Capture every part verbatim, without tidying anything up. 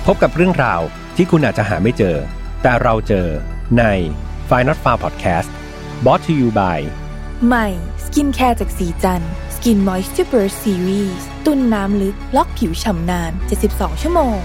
พบกับเรื่องราวที่คุณอาจจะหาไม่เจอแต่เราเจอใน Find Not Found Podcast Brought to you by ใหม่สกินแคร์จากสีจันทร์ Skin Moisture Burst Series ตุ้นน้ำลึกล็อกผิวฉ่ำนานเจ็ดสิบสองชั่วโมง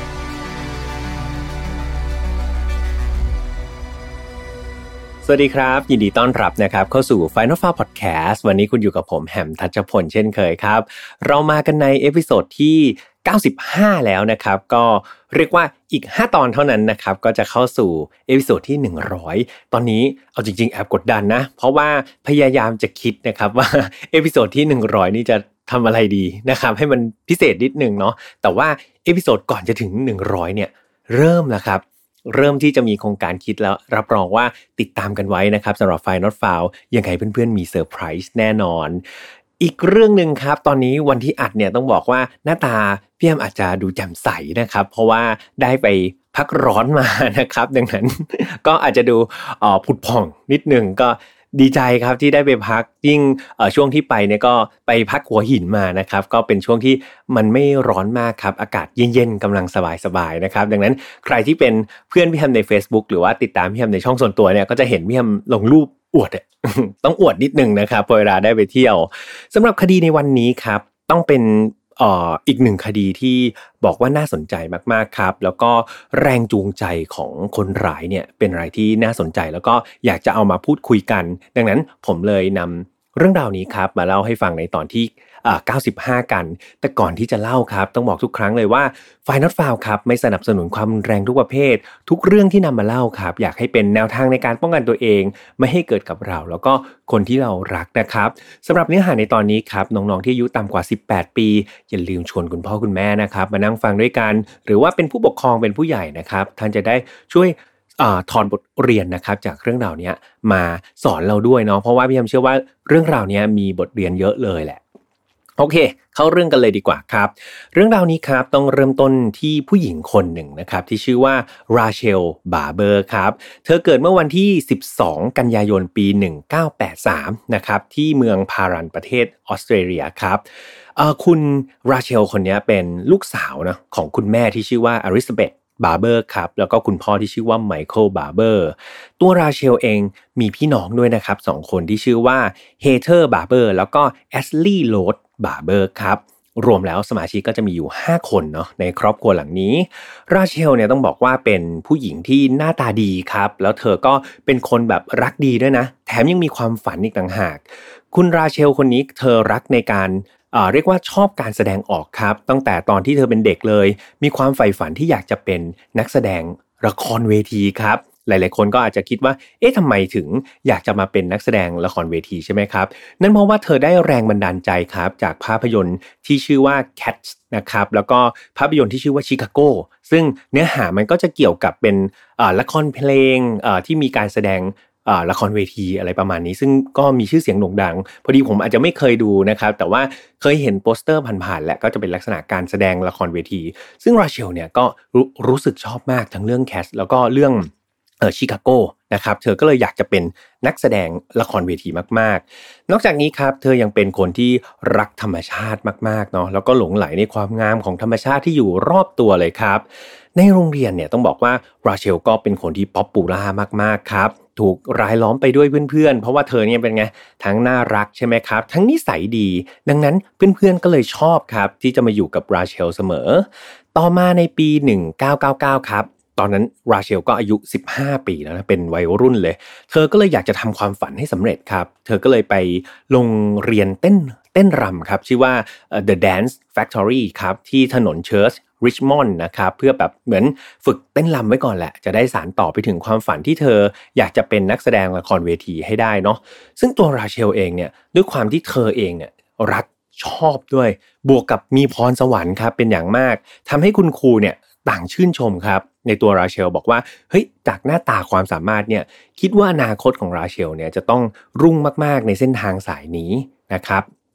สวัสดีครับยินดีต้อนรับนะครับเข้าสู่ Find Not Found Podcast วันนี้คุณอยู่กับผมแฮมทัชพลเช่นเคยครับเรามากันในเอพิโซดที่เก้าสิบห้าแล้วนะครับก็เรียกว่าอีกห้าตอนเท่านั้นนะครับก็จะเข้าสู่เอพิโซดที่หนึ่งร้อยตอนนี้เอาจริงๆแอบกดดันนะเพราะว่าพยายามจะคิดนะครับว่าเอพิโซดที่หนึ่งร้อยนี่จะทำอะไรดีนะครับให้มันพิเศษนิดนึงเนาะแต่ว่าเอพิโซดก่อนจะถึงหนึ่งร้อยเนี่ยเริ่มแล้วครับเริ่มที่จะมีโครงการคิดแล้วรับรองว่าติดตามกันไว้นะครับสำหรับ Find Not Found ยังไงเพื่อนๆมีเซอร์ไพรส์แน่นอนอีกเรื่องนึงครับตอนนี้วันที่อัดเนี่ยต้องบอกว่าหน้าตาพี่แอมอาจจะดูแจ่มใสนะครับเพราะว่าได้ไปพักร้อนมานะครับดังนั้นก็อาจจะดูเอ่อผุดผ่องนิดนึงก็ดีใจครับที่ได้ไปพักยิ่งเอ่อช่วงที่ไปเนี่ยก็ไปพักหัวหินมานะครับก็เป็นช่วงที่มันไม่ร้อนมากครับอากาศเย็นๆกำลังสบายๆนะครับดังนั้นใครที่เป็นเพื่อนพี่แฮมใน Facebook หรือว่าติดตามพี่แฮมในช่องส่วนตัวเนี่ยก็จะเห็นพี่แฮมลงรูปอวด ต้องอวดนิดนึงนะครับพอเวลาได้ไปเที่ยวสำหรับคดีในวันนี้ครับต้องเป็นเอ่ออีกหนึ่งคดีที่บอกว่าน่าสนใจมากๆครับแล้วก็แรงจูงใจของคนร้ายเนี่ยเป็นอะไรที่น่าสนใจแล้วก็อยากจะเอามาพูดคุยกันดังนั้นผมเลยนำเรื่องราวนี้ครับมาเล่าให้ฟังในตอนที่อ่าเก้าสิบห้ากันแต่ก่อนที่จะเล่าครับต้องบอกทุกครั้งเลยว่า Find Not Found ครับไม่สนับสนุนความรุนแรงทุกประเภททุกเรื่องที่นำมาเล่าครับอยากให้เป็นแนวทางในการป้องกันตัวเองไม่ให้เกิดกับเราแล้วก็คนที่เรารักนะครับสำหรับเนื้อหาในตอนนี้ครับน้องๆที่อายุต่ำกว่าสิบแปดปีอย่าลืมชวนคุณพ่อคุณแม่นะครับมานั่งฟังด้วยกันหรือว่าเป็นผู้ปกครองเป็นผู้ใหญ่นะครับท่านจะได้ช่วยอ่าถอนบทเรียนนะครับจากเรื่องราวนี้มาสอนเราด้วยเนาะเพราะว่าพี่แฮมเชื่อว่าเรื่องราวนี้มีบทเรียนเยอะเลยแหละโอเคเข้าเรื่องกันเลยดีกว่าครับเรื่องราวนี้ครับต้องเริ่มต้นที่ผู้หญิงคนหนึ่งนะครับที่ชื่อว่าราเชลบาร์เบอร์ครับเธอเกิดเมื่อวันที่สิบสองกันยายนปีหนึ่งพันเก้าร้อยแปดสิบสามนะครับที่เมืองพารันประเทศออสเตรเลียครับเอ่อคุณราเชลคนนี้เป็นลูกสาวนะของคุณแม่ที่ชื่อว่าอลิซาเบธบาร์เบอร์ครับแล้วก็คุณพ่อที่ชื่อว่าไมเคิลบาร์เบอร์ตัวราเชลเองมีพี่น้องด้วยนะครับสองคนที่ชื่อว่าเฮเธอร์บาร์เบอร์แล้วก็แอชลีย์โรดบาร์เบอร์ครับรวมแล้วสมาชิกก็จะมีอยู่ห้าคนเนาะในครอบครัวหลังนี้ราเชลเนี่ยต้องบอกว่าเป็นผู้หญิงที่หน้าตาดีครับแล้วเธอก็เป็นคนแบบรักดีด้วยนะแถมยังมีความฝันอีกต่างหากคุณราเชลคนนี้เธอรักในการเอ่อเรียกว่าชอบการแสดงออกครับตั้งแต่ตอนที่เธอเป็นเด็กเลยมีความใฝ่ฝันที่อยากจะเป็นนักแสดงละครเวทีครับหลายๆคนก็อาจจะคิดว่าเอ๊ะทำไมถึงอยากจะมาเป็นนักแสดงละครเวทีใช่ไหมครับนั่นเพราะว่าเธอได้แรงบันดาลใจครับจากภาพยนตร์ที่ชื่อว่า Cats นะครับแล้วก็ภาพยนตร์ที่ชื่อว่า Chicago ซึ่งเนื้อหามันก็จะเกี่ยวกับเป็นเอ่อละครเพลงเอ่อที่มีการแสดงเอ่อละครเวทีอะไรประมาณนี้ซึ่งก็มีชื่อเสียงโด่งดังพอดีผมอาจจะไม่เคยดูนะครับแต่ว่าเคยเห็นโปสเตอร์ผ่านๆและก็จะเป็นลักษณะการแสดงละครเวทีซึ่งราเชลเนี่ยก็รู้รู้สึกชอบมากทั้งเรื่อง Cats แล้วก็เรื่องเอ่อชิคาโกนะครับเธอก็เลยอยากจะเป็นนักแสดงละครเวทีมากๆนอกจากนี้ครับเธอยังเป็นคนที่รักธรรมชาติมากๆเนาะแล้วก็หลงใหลในความงามของธรรมชาติที่อยู่รอบตัวเลยครับในโรงเรียนเนี่ยต้องบอกว่าราเชลก็เป็นคนที่ป๊อปปูล่ามากๆครับถูกรายล้อมไปด้วยเพื่อนๆเพราะว่าเธอเนี่ยเป็นไงทั้งน่ารักใช่ไหมครับทั้งนิสัยดีดังนั้นเพื่อนๆก็เลยชอบครับที่จะมาอยู่กับราเชลเสมอต่อมาในปีหนึ่งพันเก้าร้อยเก้าสิบเก้าครับตอนนั้นราเชลก็อายุสิบห้าปีแล้วนะเป็นวัยรุ่นเลยเธอก็เลยอยากจะทำความฝันให้สำเร็จครับเธอก็เลยไปลงเรียนเต้นเต้นรำครับชื่อว่า The Dance Factory ครับที่ถนนเชิร์ชริชมอนด์นะครับเพื่อแบบเหมือนฝึกเต้นรำไว้ก่อนแหละจะได้สานต่อไปถึงความฝันที่เธออยากจะเป็นนักแสดงละครเวทีให้ได้เนาะซึ่งตัวราเชลเองเนี่ยด้วยความที่เธอเองเนี่ยรักชอบด้วยบวกกับมีพรสวรรค์ครับเป็นอย่างมากทำให้คุณครูเนี่ยต่างชื่นชมครับในตัวราเชลบอกว่าเฮ้ยจากหน้าตาความสามารถเนี่ยคิดว่าอนาคตของราเชลเนี่ยจะต้องรุ่งมากๆในเส้นทางสายนี้นะครับ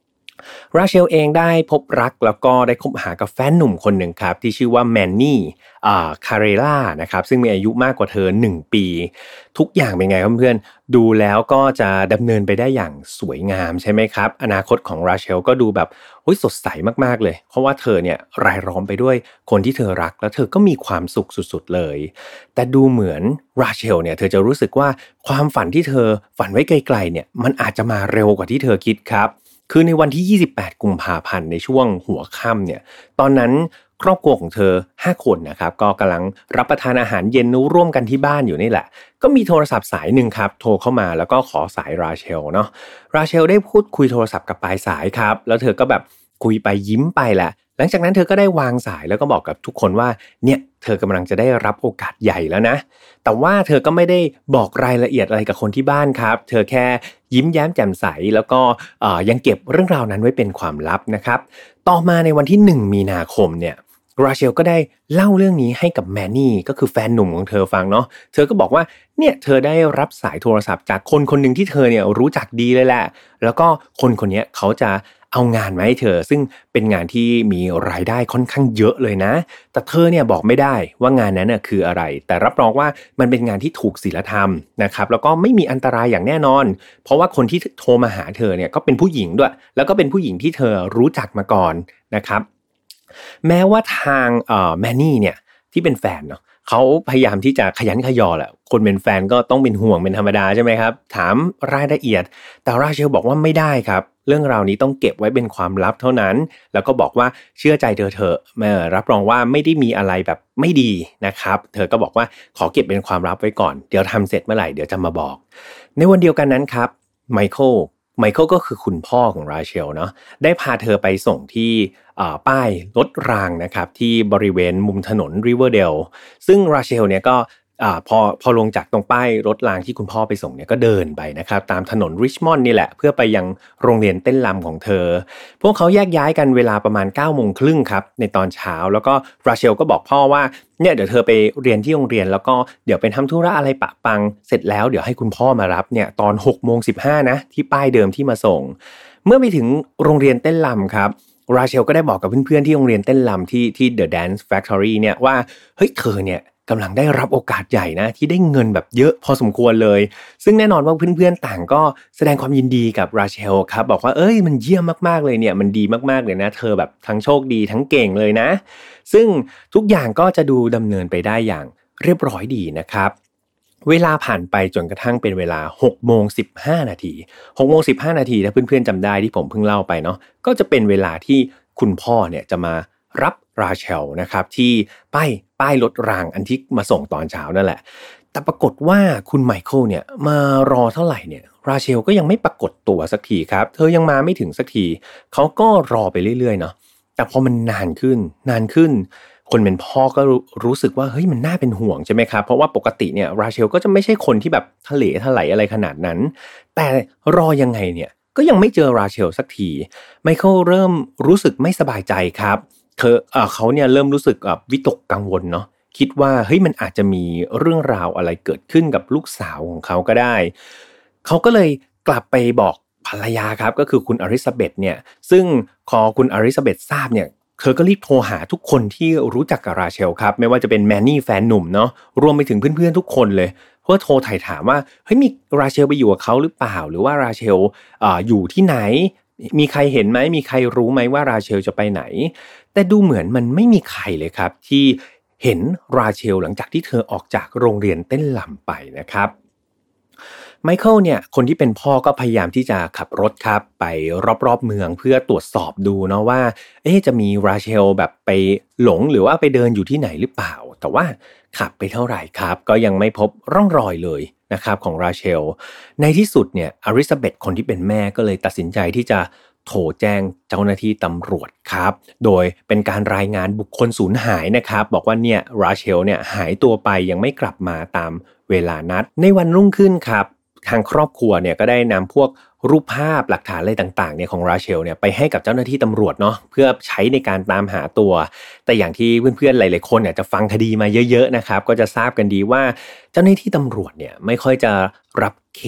ราเชลเองได้พบรักแล้วก็ได้คบหากับแฟนหนุ่มคนหนึ่งครับที่ชื่อว่าแมนนี่อ่าคาเรล่านะครับซึ่งมีอายุมากกว่าเธอหนึ่งปีทุกอย่างเป็นไงครับเพื่อนๆดูแล้วก็จะดำเนินไปได้อย่างสวยงามใช่ไหมครับอนาคตของราเชลก็ดูแบบโอ้ยสดใสมากๆเลยเพราะว่าเธอเนี่ยรายล้อมไปด้วยคนที่เธอรักแล้วเธอก็มีความสุขสุดๆเลยแต่ดูเหมือนราเชลเนี่ยเธอจะรู้สึกว่าความฝันที่เธอฝันไว้ไกลๆเนี่ยมันอาจจะมาเร็วกว่าที่เธอคิดครับคือในวันที่ยี่สิบแปดกุมภาพันธ์ในช่วงหัวค่ำเนี่ยตอนนั้นครอบครัวของเธอห้าคนนะครับก็กำลังรับประทานอาหารเย็นร่วมกันที่บ้านอยู่นี่แหละก็มีโทรศัพท์สายหนึ่งครับโทรเข้ามาแล้วก็ขอสายราเชลเนาะราเชลได้พูดคุยโทรศัพท์กับปลายสายครับแล้วเธอก็แบบคุยไปยิ้มไปแหละหลังจากนั้นเธอก็ได้วางสายแล้วก็บอกกับทุกคนว่าเนี่ยเธอกำลังจะได้รับโอกาสใหญ่แล้วนะแต่ว่าเธอก็ไม่ได้บอกรายละเอียดอะไรกับคนที่บ้านครับเธอแค่ยิ้มแย้มแจ่มใสแล้วก็ยังเก็บเรื่องราวนั้นไว้เป็นความลับนะครับต่อมาในวันที่หนึ่งมีนาคมเนี่ยราเชลก็ได้เล่าเรื่องนี้ให้กับแมนนี่ก็คือแฟนหนุ่มของเธอฟังเนาะเธอก็บอกว่าเนี่ยเธอได้รับสายโทรศัพท์จากคนคนหนึ่งที่เธอเนี่ยรู้จักดีเลยแหละแล้วก็คนคนนี้เขาจะเอางานมาให้เธอซึ่งเป็นงานที่มีรายได้ค่อนข้างเยอะเลยนะแต่เธอเนี่ยบอกไม่ได้ว่างานนั้นน่ะคืออะไรแต่รับรองว่ามันเป็นงานที่ถูกศีลธรรมนะครับแล้วก็ไม่มีอันตรายอย่างแน่นอนเพราะว่าคนที่โทรมาหาเธอเนี่ยก็เป็นผู้หญิงด้วยแล้วก็เป็นผู้หญิงที่เธอรู้จักมาก่อนนะครับแม้ว่าทางเอ่อแมนนี่เนี่ยที่เป็นแฟนเนาะเขาพยายามที่จะขยันขยอแหละคนเป็นแฟนก็ต้องเป็นห่วงเป็นธรรมดาใช่ไหมครับถามรายละเอียดแต่ราเชลบอกว่าไม่ได้ครับเรื่องราวนี้ต้องเก็บไว้เป็นความลับเท่านั้นแล้วก็บอกว่าเชื่อใจเธอเถอะแม่รับรองว่าไม่ได้มีอะไรแบบไม่ดีนะครับเธอก็บอกว่าขอเก็บเป็นความลับไว้ก่อนเดี๋ยวทำเสร็จเมื่อไหร่เดี๋ยวจะมาบอกในวันเดียวกันนั้นครับไมเคิลไมเคิลก็คือคุณพ่อของราเชลเนาะได้พาเธอไปส่งที่ป้ายรถรางนะครับที่บริเวณมุมถนนริเวอร์เดลซึ่งราเชลเนี่ยก็อ่าพอพอลงจากตรงป้ายรถรางที่คุณพ่อไปส่งเนี่ยก็เดินไปนะครับตามถนนริชมอนด์นี่แหละเพื่อไปยังโรงเรียนเต้นรำของเธอพวกเขาแยกย้ายกันเวลาประมาณ เก้าโมงครึ่งครับในตอนเช้าแล้วก็ราเชลก็บอกพ่อว่าเนี่ยเดี๋ยวเธอไปเรียนที่โรงเรียนแล้วก็เดี๋ยวไปทำธุระอะไรปะปังเสร็จแล้วเดี๋ยวให้คุณพ่อมารับเนี่ยตอน หกโมงสิบห้า นะที่ป้ายเดิมที่มาส่งเมื่อไปถึงโรงเรียนเต้นรำครับราเชลก็ได้บอกกับเพื่อนๆที่โรงเรียนเต้นรำที่ที่ The Dance Factory เนี่ยว่าเฮ้ยเธอเนี่ยกำลังได้รับโอกาสใหญ่นะที่ได้เงินแบบเยอะพอสมควรเลยซึ่งแน่นอนว่าเพื่อนๆต่างก็แสดงความยินดีกับราเชลครับบอกว่าเอ้ยมันเยี่ยมมากๆเลยเนี่ยมันดีมากๆเลยนะเธอแบบทั้งโชคดีทั้งเก่งเลยนะซึ่งทุกอย่างก็จะดูดำเนินไปได้อย่างเรียบร้อยดีนะครับเวลาผ่านไปจนกระทั่งเป็นเวลา หกโมงสิบห้า นาที หกโมงสิบห้า นาทีถ้าเพื่อนๆจำได้ที่ผมเพิ่งเล่าไปเนาะก็จะเป็นเวลาที่คุณพ่อเนี่ยจะมารับราเชลนะครับที่ป้ายป้ายรถรางอันที่มาส่งตอนเช้านั่นแหละแต่ปรากฏว่าคุณไมเคิลเนี่ยมารอเท่าไหร่เนี่ยราเชลก็ยังไม่ปรากฏตัวสักทีครับเธอยังมาไม่ถึงสักทีเขาก็รอไปเรื่อยๆเนาะแต่พอมันนานขึ้นนานขึ้นคนเป็นพ่อก็รู้สึกว่าเฮ้ยมันน่าเป็นห่วงใช่ไหมครับเพราะว่าปกติเนี่ยราเชลก็จะไม่ใช่คนที่แบบทะเลทลายอะไรขนาดนั้นแต่รอยังไงเนี่ยก็ยังไม่เจอราเชลสักทีไมเคิลเริ่มรู้สึกไม่สบายใจครับเธอเอ่อเขาเนี่ยเริ่มรู้สึกแบบวิตกกังวลเนาะคิดว่าเฮ้ยมันอาจจะมีเรื่องราวอะไรเกิดขึ้นกับลูกสาวของเขาก็ได้เขาก็เลยกลับไปบอกภรรยาครับก็คือคุณอลิซาเบธเนี่ยซึ่งพอคุณอลิซาเบธทราบเนี่ยเธอก็รีบโทรหาทุกคนที่รู้จักกับราเชลครับไม่ว่าจะเป็นแมนนี่แฟนหนุ่มเนาะรวมไปถึงเพื่อนๆทุกคนเลยเพื่อโทรถ่ายถามว่าเฮ้ยมีราเชลไปอยู่กับเขาหรือเปล่าหรือว่าราเชลอ่าอยู่ที่ไหนมีใครเห็นไหมมีใครรู้ไหมว่าราเชลจะไปไหนแต่ดูเหมือนมันไม่มีใครเลยครับที่เห็นราเชลหลังจากที่เธอออกจากโรงเรียนเต้นรำไปนะครับไมเคิลเนี่ยคนที่เป็นพ่อก็พยายามที่จะขับรถครับไปรอบๆเมืองเพื่อตรวจสอบดูเนาะว่าเอ๊ะจะมีราเชลแบบไปหลงหรือว่าไปเดินอยู่ที่ไหนหรือเปล่าแต่ว่าขับไปเท่าไหร่ครับก็ยังไม่พบร่องรอยเลยนะครับของราเชลในที่สุดเนี่ยอลิซาเบธคนที่เป็นแม่ก็เลยตัดสินใจที่จะโทรแจ้งเจ้าหน้าที่ตำรวจครับโดยเป็นการรายงานบุคคลสูญหายนะครับบอกว่าเนี่ยราเชลเนี่ยหายตัวไปยังไม่กลับมาตามเวลานัดในวันรุ่งขึ้นครับทางครอบครัวเนี่ยก็ได้นำพวกรูปภาพหลักฐานอะไรต่างๆเนี่ยของราเชลเนี่ยไปให้กับเจ้าหน้าที่ตำรวจเนาะเพื่อใช้ในการตามหาตัวแต่อย่างที่เพื่อนๆหลายๆคนเนี่ยจะฟังคดีมาเยอะๆนะครับก็จะทราบกันดีว่าเจ้าหน้าที่ตำรวจเนี่ยไม่ค่อยจะรับเคส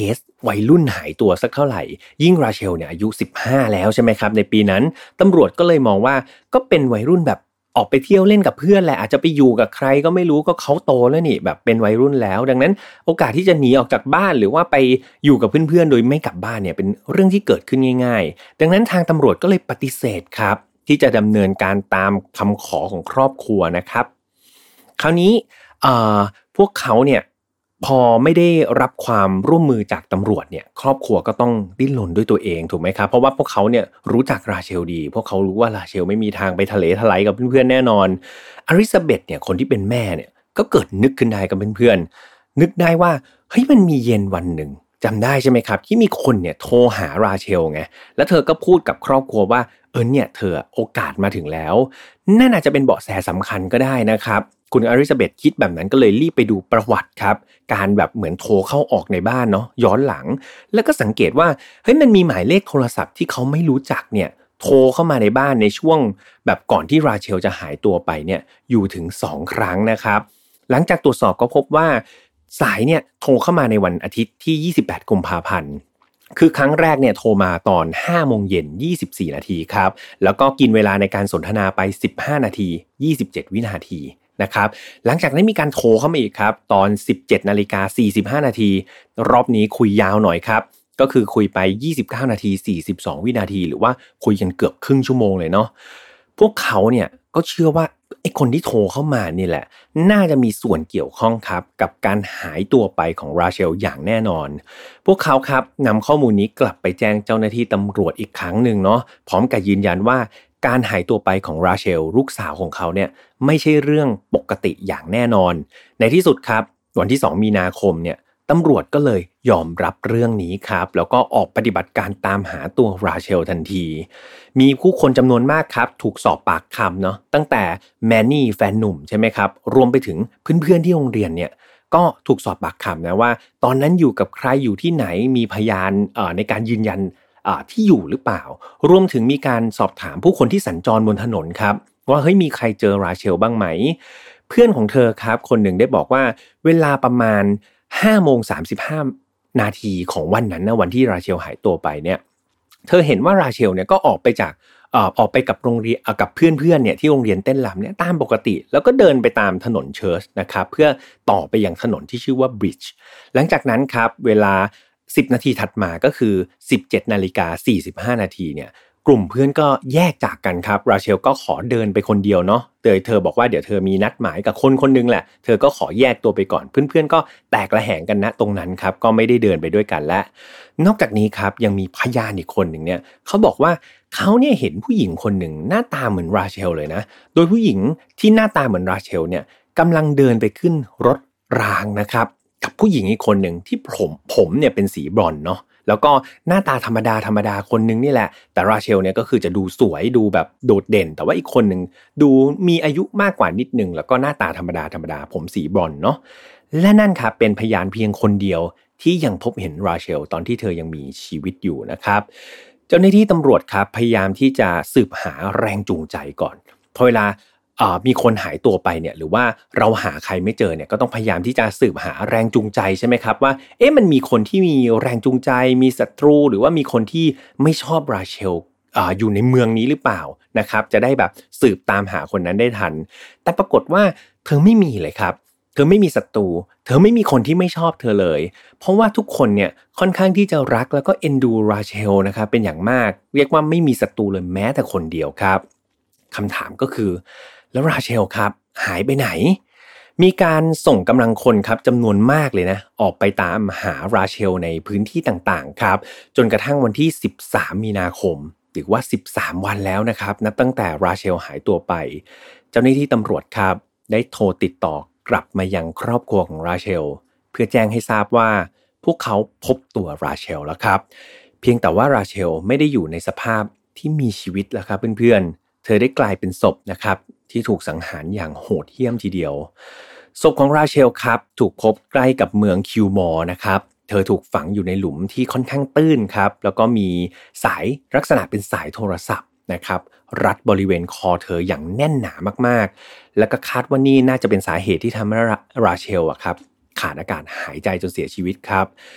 วัยรุ่นหายตัวสักเท่าไหร่ยิ่งราเชลเนี่ยอายุสิบห้าแล้วใช่ไหมครับในปีนั้นตำรวจก็เลยมองว่าก็เป็นวัยรุ่นแบบออกไปเที่ยวเล่นกับเพื่อนแหละอาจจะไปอยู่กับใครก็ไม่รู้ก็เขาโตแล้วนี่แบบเป็นวัยรุ่นแล้วดังนั้นโอกาสที่จะหนีออกจากบ้านหรือว่าไปอยู่กับเพื่อนๆโดยไม่กลับบ้านเนี่ยเป็นเรื่องที่เกิดขึ้นง่ายๆดังนั้นทางตำรวจก็เลยปฏิเสธครับที่จะดำเนินการตามคำขอของครอบครัวนะครับคราวนี้เอ่อพวกเขาเนี่ยพอไม่ได้รับความร่วมมือจากตำรวจเนี่ยครอบครัวก็ต้องดิ้นรนด้วยตัวเองถูกไหมครับเพราะว่าพวกเขาเนี่ยรู้จักราเชลดีพวกเขารู้ว่าราเชลไม่มีทางไปทะเลทลายกับเพื่อนๆแน่นอนอลิซาเบธเนี่ยคนที่เป็นแม่เนี่ยก็เกิดนึกขึ้นได้กับเพื่อนๆนึกได้ว่าเฮ้ยมันมีเย็นวันหนึ่งจำได้ใช่ไหมครับที่มีคนเนี่ยโทรหาราเชลไงแล้วเธอก็พูดกับครอบครัวว่าเออเนี่ยเธอโอกาสมาถึงแล้วนั่นอาจจะเป็นเบาะแสสำคัญก็ได้นะครับคุณอลิซาเบธคิดแบบนั้นก็เลยรีบไปดูประวัติครับการแบบเหมือนโทรเข้าออกในบ้านเนาะย้อนหลังแล้วก็สังเกตว่าเฮ้ยมันมีหมายเลขโทรศัพท์ที่เขาไม่รู้จักเนี่ยโทรเข้ามาในบ้านในช่วงแบบก่อนที่ราเชลจะหายตัวไปเนี่ยอยู่ถึงสองครั้งนะครับหลังจากตรวจสอบก็พบว่าสายเนี่ยโทรเข้ามาในวันอาทิตย์ที่ยี่สิบแปดกุมภาพันธ์คือครั้งแรกเนี่ยโทรมาตอน ห้าโมงเย็นยี่สิบสี่นาทีครับแล้วก็กินเวลาในการสนทนาไปสิบห้านาทียี่สิบเจ็ดวินาทีนะครับหลังจากนั้นมีการโทรเข้ามาอีกครับตอน สิบเจ็ดนาฬิกาสี่สิบห้านาทีรอบนี้คุยยาวหน่อยครับก็คือคุยไปยี่สิบเก้านาทีสี่สิบสองวินาทีหรือว่าคุยกันเกือบครึ่งชั่วโมงเลยเนาะพวกเขาเนี่ยก็เชื่อว่าไอ้คนที่โทรเข้ามานี่แหละน่าจะมีส่วนเกี่ยวข้องครับกับการหายตัวไปของราเชลอย่างแน่นอนพวกเขาครับนำข้อมูลนี้กลับไปแจ้งเจ้าหน้าที่ตำรวจอีกครั้งหนึ่งเนาะพร้อมกับยืนยันว่าการหายตัวไปของราเชลลูกสาวของเขาเนี่ยไม่ใช่เรื่องปกติอย่างแน่นอนในที่สุดครับวันที่สองมีนาคมเนี่ยตำรวจก็เลยยอมรับเรื่องนี้ครับแล้วก็ออกปฏิบัติการตามหาตัวราเชลทันทีมีผู้คนจำนวนมากครับถูกสอบปากคำเนาะตั้งแต่แมนนี่แฟนหนุ่มใช่ไหมครับรวมไปถึงเพื่อนๆที่โรงเรียนเนี่ยก็ถูกสอบปากคำนะว่าตอนนั้นอยู่กับใครอยู่ที่ไหนมีพยานเอ่อในการยืนยันที่อยู่หรือเปล่ารวมถึงมีการสอบถามผู้คนที่สัญจรบนถนนครับว่าเฮ้ยมีใครเจอราเชลบ้างไหมเพื่อนของเธอครับคนหนึ่งได้บอกว่าเวลาประมาณ ห้าโมงสามสิบห้านาทีของวันนั้นนะวันที่ราเชลหายตัวไปเนี่ยเธอเห็นว่าราเชลเนี่ยก็ออกไปจากเอ่อออกไปกับโรงเรียนกับเพื่อนๆเนี่ยที่โรงเรียนเต้นรำเนี่ยตามปกติแล้วก็เดินไปตามถนนเชิร์ชนะครับเพื่อต่อไปยังถนนที่ชื่อว่าบริดจ์หลังจากนั้นครับเวลาสิบนาทีถัดมาก็คือ สิบเจ็ดนาฬิกาสี่สิบห้านาทีเนี่ยกลุ่มเพื่อนก็แยกจากกันครับราเชลก็ขอเดินไปคนเดียวเนาะโดยเธอบอกว่าเดี๋ยวเธอมีนัดหมายกับคนคนนึงแหละเธอก็ขอแยกตัวไปก่อนเพื่อนๆก็แตกระแหงกันนะตรงนั้นครับก็ไม่ได้เดินไปด้วยกันและนอกจากนี้ครับยังมีพยานอีกคนหนึ่งเนี่ยเขาบอกว่าเขาเนี่ยเห็นผู้หญิงคนหนึ่งหน้าตาเหมือนราเชลเลยนะโดยผู้หญิงที่หน้าตาเหมือนราเชลเนี่ยกำลังเดินไปขึ้นรถรางนะครับกับผู้หญิงอีกคนหนึ่งที่ผมผมเนี่ยเป็นสีบรอนซ์เนาะแล้วก็หน้าตาธรรมดาธรรมดาคนนึงนี่แหละแต่ราเชลเนี่ยก็คือจะดูสวยดูแบบโดดเด่นแต่ว่าอีกคนนึงดูมีอายุมากกว่านิดนึงแล้วก็หน้าตาธรรมดาธรรมดาผมสีบรอนซ์เนาะและนั่นครับเป็นพยานเพียงคนเดียวที่ยังพบเห็นราเชลตอนที่เธอยังมีชีวิตอยู่นะครับเจ้าหน้าที่ตำรวจครับพยายามที่จะสืบหาแรงจูงใจก่อนพอเวลามีคนหายตัวไปเนี่ยหรือว่าเราหาใครไม่เจอเนี่ยก็ต้องพยายามที่จะสืบหาแรงจูงใจใช่ไหมครับว่าเอ๊ะมันมีคนที่มีแรงจูงใจมีศัตรูหรือว่ามีคนที่ไม่ชอบราเชล อ, อยู่ในเมืองนี้หรือเปล่านะครับจะได้แบบสืบตามหาคนนั้นได้ทันแต่ปรากฏว่าเธอไม่มีเลยครับเธอไม่มีศัตรูเธอไม่มีคนที่ไม่ชอบเธอเลยเพราะว่าทุกคนเนี่ยค่อนข้างที่จะรักแล้วก็เอ็นดูราเชลนะครับเป็นอย่างมากเรียกว่าไม่มีศัตรูเลยแม้แต่คนเดียวครับคำถามก็คือแล้วราเชลครับหายไปไหนมีการส่งกำลังคนครับจำนวนมากเลยนะออกไปตามหาราเชลในพื้นที่ต่างๆครับจนกระทั่งวันที่สิบสามมีนาคมหรือว่าสิบสามวันแล้วนะครับนับตั้งแต่ราเชลหายตัวไปเจ้าหน้าที่ตำรวจครับได้โทรติดต่อกลับมายังครอบครัวของราเชลเพื่อแจ้งให้ทราบว่าพวกเขาพบตัวราเชลแล้วครับเพียงแต่ว่าราเชลไม่ได้อยู่ในสภาพที่มีชีวิตแล้วครับเพื่อนๆเธอได้กลายเป็นศพนะครับที่ถูกสังหารอย่างโหดเหี้ยมทีเดียวศพของราเชลครับถูกพบใกล้กับเมืองคิวมอร์นะครับเธอถูกฝังอยู่ในหลุมที่ค่อนข้างตื้นครับแล้วก็มีสายลักษณะเป็นสายโทรศัพท์นะครับรัดบริเวณคอเธออย่างแน่นหนามากๆแล้วก็คาดว่านี่น่าจะเป็นสาเหตุที่ทำให้ราเชลอะครับขาดอากาศหายใจจนเสียชีวิตครับ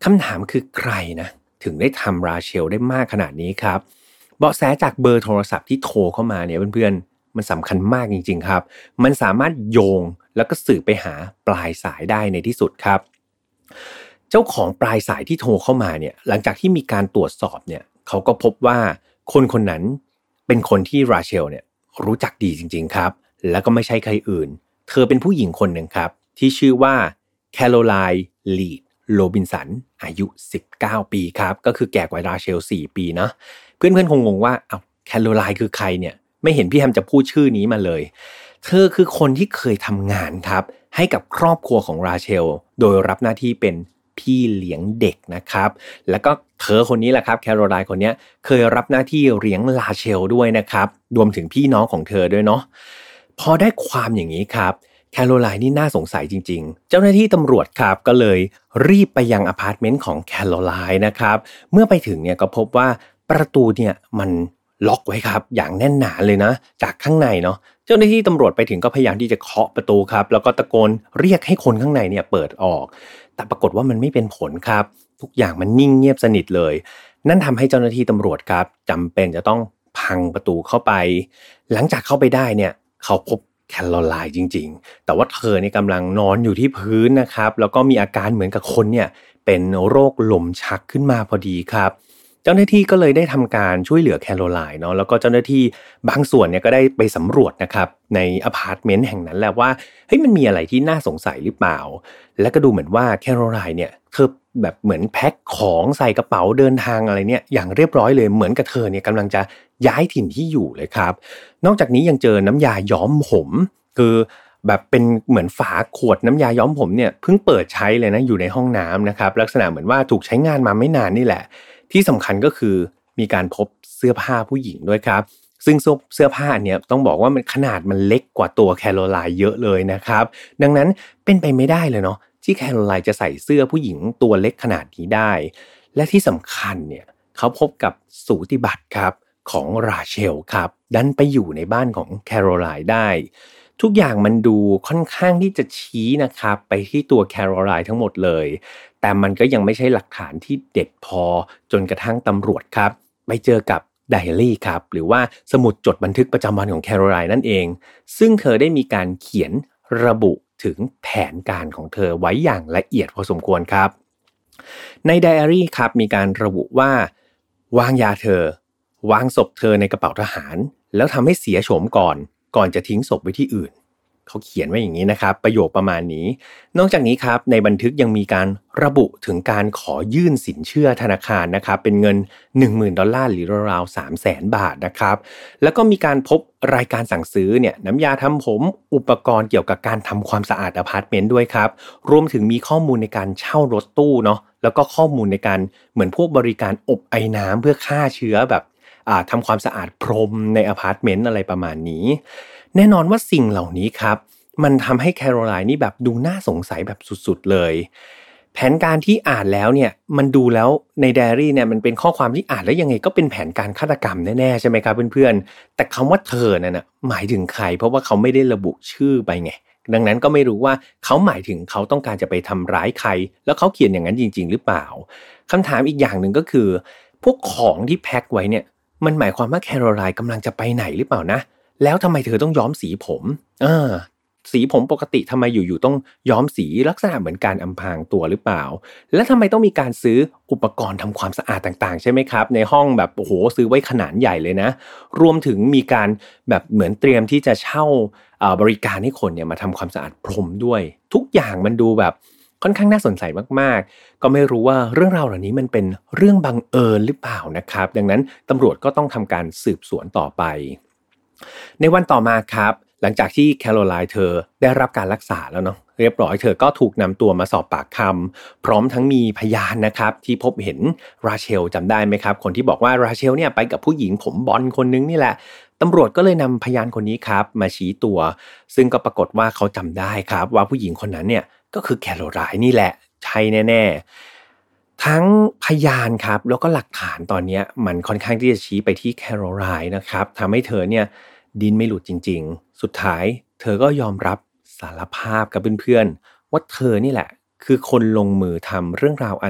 คำถามคือใครนะถึงได้ทำราเชลได้มากขนาดนี้ครับเบาะแสจากเบอร์โทรศัพท์ที่โทรเข้ามาเนี่ยเพื่อนๆมันสำคัญมากจริงๆครับมันสามารถโยงแล้วก็สืบไปหาปลายสายได้ในที่สุดครับเจ้าของปลายสายที่โทรเข้ามาเนี่ยหลังจากที่มีการตรวจสอบเนี่ยเขาก็พบว่าคนคนนั้นเป็นคนที่ราเชลเนี่ยรู้จักดีจริงๆครับแล้วก็ไม่ใช่ใครอื่นเธอเป็นผู้หญิงคนหนึ่งครับที่ชื่อว่าแคโรไลน์ลีดโรบินสันอายุสิบเก้าปีครับก็คือแก่กว่าราเชลสี่ปีนะเพื่อนๆคงงงว่าอ้าวแคโรไลน์คือใครเนี่ยไม่เห็นพี่แฮมจะพูดชื่อนี้มาเลยเธอคือคนที่เคยทำงานครับให้กับครอบครัวของราเชลโดยรับหน้าที่เป็นพี่เลี้ยงเด็กนะครับแล้วก็เธอคนนี้แหละครับแคโรไลน์คนนี้เคยรับหน้าที่เลี้ยงราเชลด้วยนะครับรวมถึงพี่น้องของเธอด้วยเนาะพอได้ความอย่างนี้ครับแคโรไลน์นี่น่าสงสัยจริงๆเจ้าหน้าที่ตำรวจครับก็เลยรีบไปยังอพาร์ตเมนต์ของแคโรไลน์นะครับเมื่อไปถึงเนี่ยก็พบว่าประตูเนี่ยมันล็อกไว้ครับอย่างแน่นหนาเลยนะจากข้างในเนาะเจ้าหน้าที่ตำรวจไปถึงก็พยายามที่จะเคาะประตูครับแล้วก็ตะโกนเรียกให้คนข้างในเนี่ยเปิดออกแต่ปรากฏว่ามันไม่เป็นผลครับทุกอย่างมันนิ่งเงียบสนิทเลยนั่นทำให้เจ้าหน้าที่ตำรวจครับจำเป็นจะต้องพังประตูเข้าไปหลังจากเข้าไปได้เนี่ยเขาพบแคโรไลน์จริงๆแต่ว่าเธอเนี่ยกำลังนอนอยู่ที่พื้นนะครับแล้วก็มีอาการเหมือนกับคนเนี่ยเป็นโรคลมชักขึ้นมาพอดีครับเจ้าหน้าที่ก็เลยได้ทำการช่วยเหลือแคโรไลน์เนาะแล้วก็เจ้าหน้าที่บางส่วนเนี่ยก็ได้ไปสำรวจนะครับในอพาร์ตเมนต์แห่งนั้นแหละว่าเฮ้ยมันมีอะไรที่น่าสงสัยหรือเปล่าและก็ดูเหมือนว่าแคโรไลน์เนี่ยเธอแบบเหมือนแพ็คของใส่กระเป๋าเดินทางอะไรเนี่ยอย่างเรียบร้อยเลยเหมือนกับเธอเนี่ยกำลังจะย้ายถิ่นที่อยู่เลยครับนอกจากนี้ยังเจอน้ำยาย้อมผมคือแบบเป็นเหมือนฝาขวดน้ำยาย้อมผมเนี่ยเพิ่งเปิดใช้เลยนะอยู่ในห้องน้ำนะครับลักษณะเหมือนว่าถูกใช้งานมาไม่นานนี่แหละที่สำคัญก็คือมีการพบเสื้อผ้าผู้หญิงด้วยครับซึ่งเสื้อผ้าเนี่ยต้องบอกว่ามันขนาดมันเล็กกว่าตัวแคโรไลน์เยอะเลยนะครับดังนั้นเป็นไปไม่ได้เลยเนาะที่แคโรไลน์จะใส่เสื้อผู้หญิงตัวเล็กขนาดนี้ได้และที่สำคัญเนี่ยเขาพบกับสูติบัตรครับของราเชลครับดันไปอยู่ในบ้านของแคโรไลน์ได้ทุกอย่างมันดูค่อนข้างที่จะชี้นะครับไปที่ตัวแคโรไลน์ทั้งหมดเลยแต่มันก็ยังไม่ใช่หลักฐานที่เด็ดพอจนกระทั่งตำรวจครับไปเจอกับไดอารี่ครับหรือว่าสมุดจดบันทึกประจำวันของแคโรไลน์นั่นเองซึ่งเธอได้มีการเขียนระบุถึงแผนการของเธอไว้อย่างละเอียดพอสมควรครับในไดอารี่ครับมีการระบุว่าวางยาเธอวางศพเธอในกระเป๋าทหารแล้วทำให้เสียโฉมก่อนก่อนจะทิ้งศพไว้ที่อื่นเขาเขียนไว้อย่างนี้นะครับประโยคประมาณนี้นอกจากนี้ครับในบันทึกยังมีการระบุถึงการขอยื่นสินเชื่อธนาคารนะครับเป็นเงิน หนึ่งหมื่น ดอลลาร์หรือราวๆ สามแสน บาทนะครับแล้วก็มีการพบรายการสั่งซื้อเนี่ยน้ำยาทำผมอุปกรณ์เกี่ยวกับการทำความสะอาดอพาร์ตเมนต์ด้วยครับรวมถึงมีข้อมูลในการเช่ารถตู้เนาะแล้วก็ข้อมูลในการเหมือนพวกบริการอบไอน้ำเพื่อฆ่าเชื้อแบบทำความสะอาดพรมในอพาร์ตเมนต์อะไรประมาณนี้แน่นอนว่าสิ่งเหล่านี้ครับมันทำให้แคโรไลน์นี่แบบดูน่าสงสัยแบบสุดๆเลยแผนการที่อ่านแล้วเนี่ยมันดูแล้วในไดอารี่เนี่ยมันเป็นข้อความที่อ่านแล้วยังไงก็เป็นแผนการฆาตกรรมแน่ๆใช่ไหมครับเพื่อนๆแต่คำว่าเธอนั่นนะหมายถึงใครเพราะว่าเขาไม่ได้ระบุชื่อไปไงดังนั้นก็ไม่รู้ว่าเขาหมายถึงเขาต้องการจะไปทำร้ายใครแล้วเขาเขียนอย่างนั้นจริงๆหรือเปล่าคำถามอีกอย่างหนึ่งก็คือพวกของที่แพ็คไว้เนี่ยมันหมายความว่าแคโรไลน์กำลังจะไปไหนหรือเปล่านะแล้วทำไมเธอต้องย้อมสีผมเออสีผมปกติทำไมอยู่ๆต้องย้อมสีลักษณะเหมือนการอำพรางตัวหรือเปล่าและทำไมต้องมีการซื้ออุปกรณ์ทำความสะอาดต่างๆใช่ไหมครับในห้องแบบโอ้โหซื้อไว้ขนาดใหญ่เลยนะรวมถึงมีการแบบเหมือนเตรียมที่จะเช่าบริการให้คนเนี่ยมาทำความสะอาดพรมด้วยทุกอย่างมันดูแบบค่อนข้างน่าสนใจมากๆก็ไม่รู้ว่าเรื่องราวเหล่านี้มันเป็นเรื่องบังเอิญหรือเปล่านะครับดังนั้นตำรวจก็ต้องทำการสืบสวนต่อไปในวันต่อมาครับหลังจากที่แคโรไลน์เธอได้รับการรักษาแล้วเนาะเรียบร้อยเธอก็ถูกนำตัวมาสอบปากคำพร้อมทั้งมีพยานนะครับที่พบเห็นราเชลจำได้ไหมครับคนที่บอกว่าราเชลเนี่ยไปกับผู้หญิงผมบอนคนนึงนี่แหละตำรวจก็เลยนำพยานคนนี้ครับมาชี้ตัวซึ่งก็ปรากฏว่าเขาจำได้ครับว่าผู้หญิงคนนั้นเนี่ยก็คือแคโรไลน์นี่แหละใช่แน่ๆทั้งพยานครับแล้วก็หลักฐานตอนนี้มันค่อนข้างที่จะชี้ไปที่แคโรไลน์นะครับทำให้เธอเนี่ยดิ้นไม่หลุดจริงๆสุดท้ายเธอก็ยอมรับสารภาพกับเพื่อนๆว่าเธอนี่แหละคือคนลงมือทำเรื่องราวอัน